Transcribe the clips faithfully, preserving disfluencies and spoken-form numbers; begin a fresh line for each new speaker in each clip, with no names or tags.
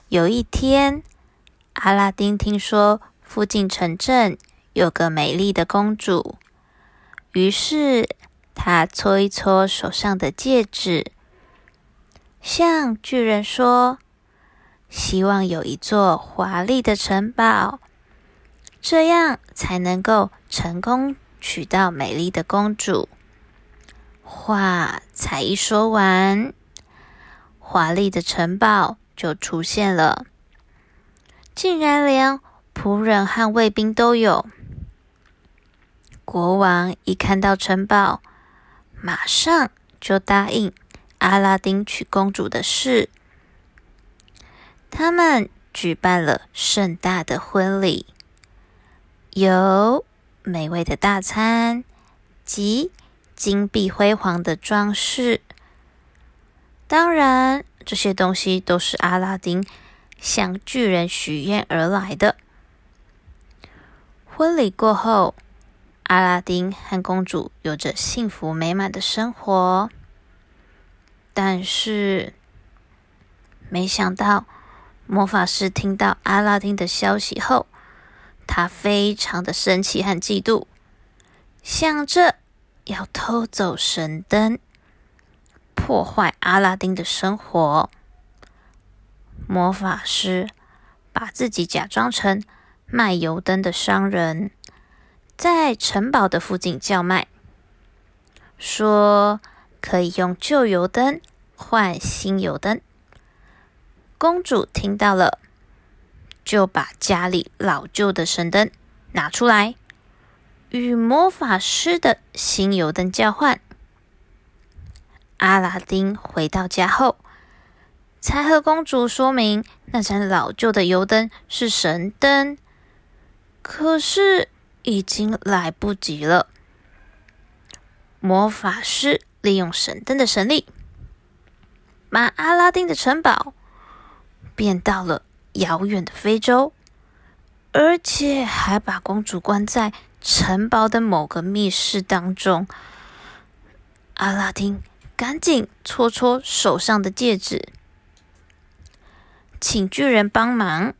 有一天，阿拉丁听说附近城镇有个美丽的公主，于是他搓一搓手上的戒指，向巨人说，希望有一座华丽的城堡，这样才能够成功娶到美丽的公主。话才一说完，华丽的城堡就出现了，竟然连仆人和卫兵都有。国王一看到城堡，马上就答应阿拉丁娶公主的事。他们举办了盛大的婚礼，有美味的大餐及金碧辉煌的装饰。当然，这些东西都是阿拉丁向巨人许愿而来的。婚礼过后，阿拉丁和公主有着幸福美满的生活。但是，没想到魔法师听到阿拉丁的消息后，他非常的生气和嫉妒，想着要偷走神灯，破坏阿拉丁的生活。魔法师把自己假装成卖油灯的商人，在城堡的附近叫卖，说可以用旧油灯换新油灯。公主听到了，就把家里老旧的神灯拿出来，与魔法师的新油灯交换。阿拉丁回到家后，才和公主说明那盏老旧的油灯是神灯，可是已经来不及了。魔法师利用神灯的神力，把阿拉丁的城堡变到了遥远的非洲，而且还把公主关在城堡的某个密室当中。阿拉丁赶紧搓搓手上的戒指，请巨人帮忙。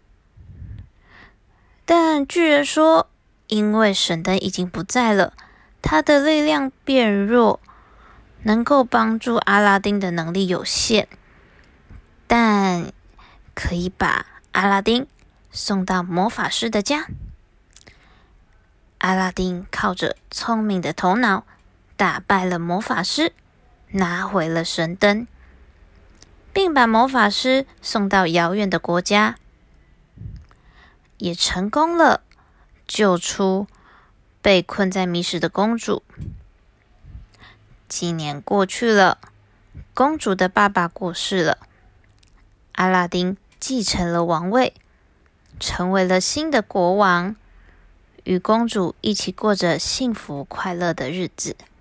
但巨人说，因为神灯已经不在了，他的力量变弱，能够帮助阿拉丁的能力有限，但可以把阿拉丁送到魔法师的家。阿拉丁靠着聪明的头脑，打败了魔法师，拿回了神灯，并把魔法师送到遥远的国家，也成功了救出被困在密室的公主。几年过去了，公主的爸爸过世了，阿拉丁继承了王位，成为了新的国王，与公主一起过着幸福快乐的日子。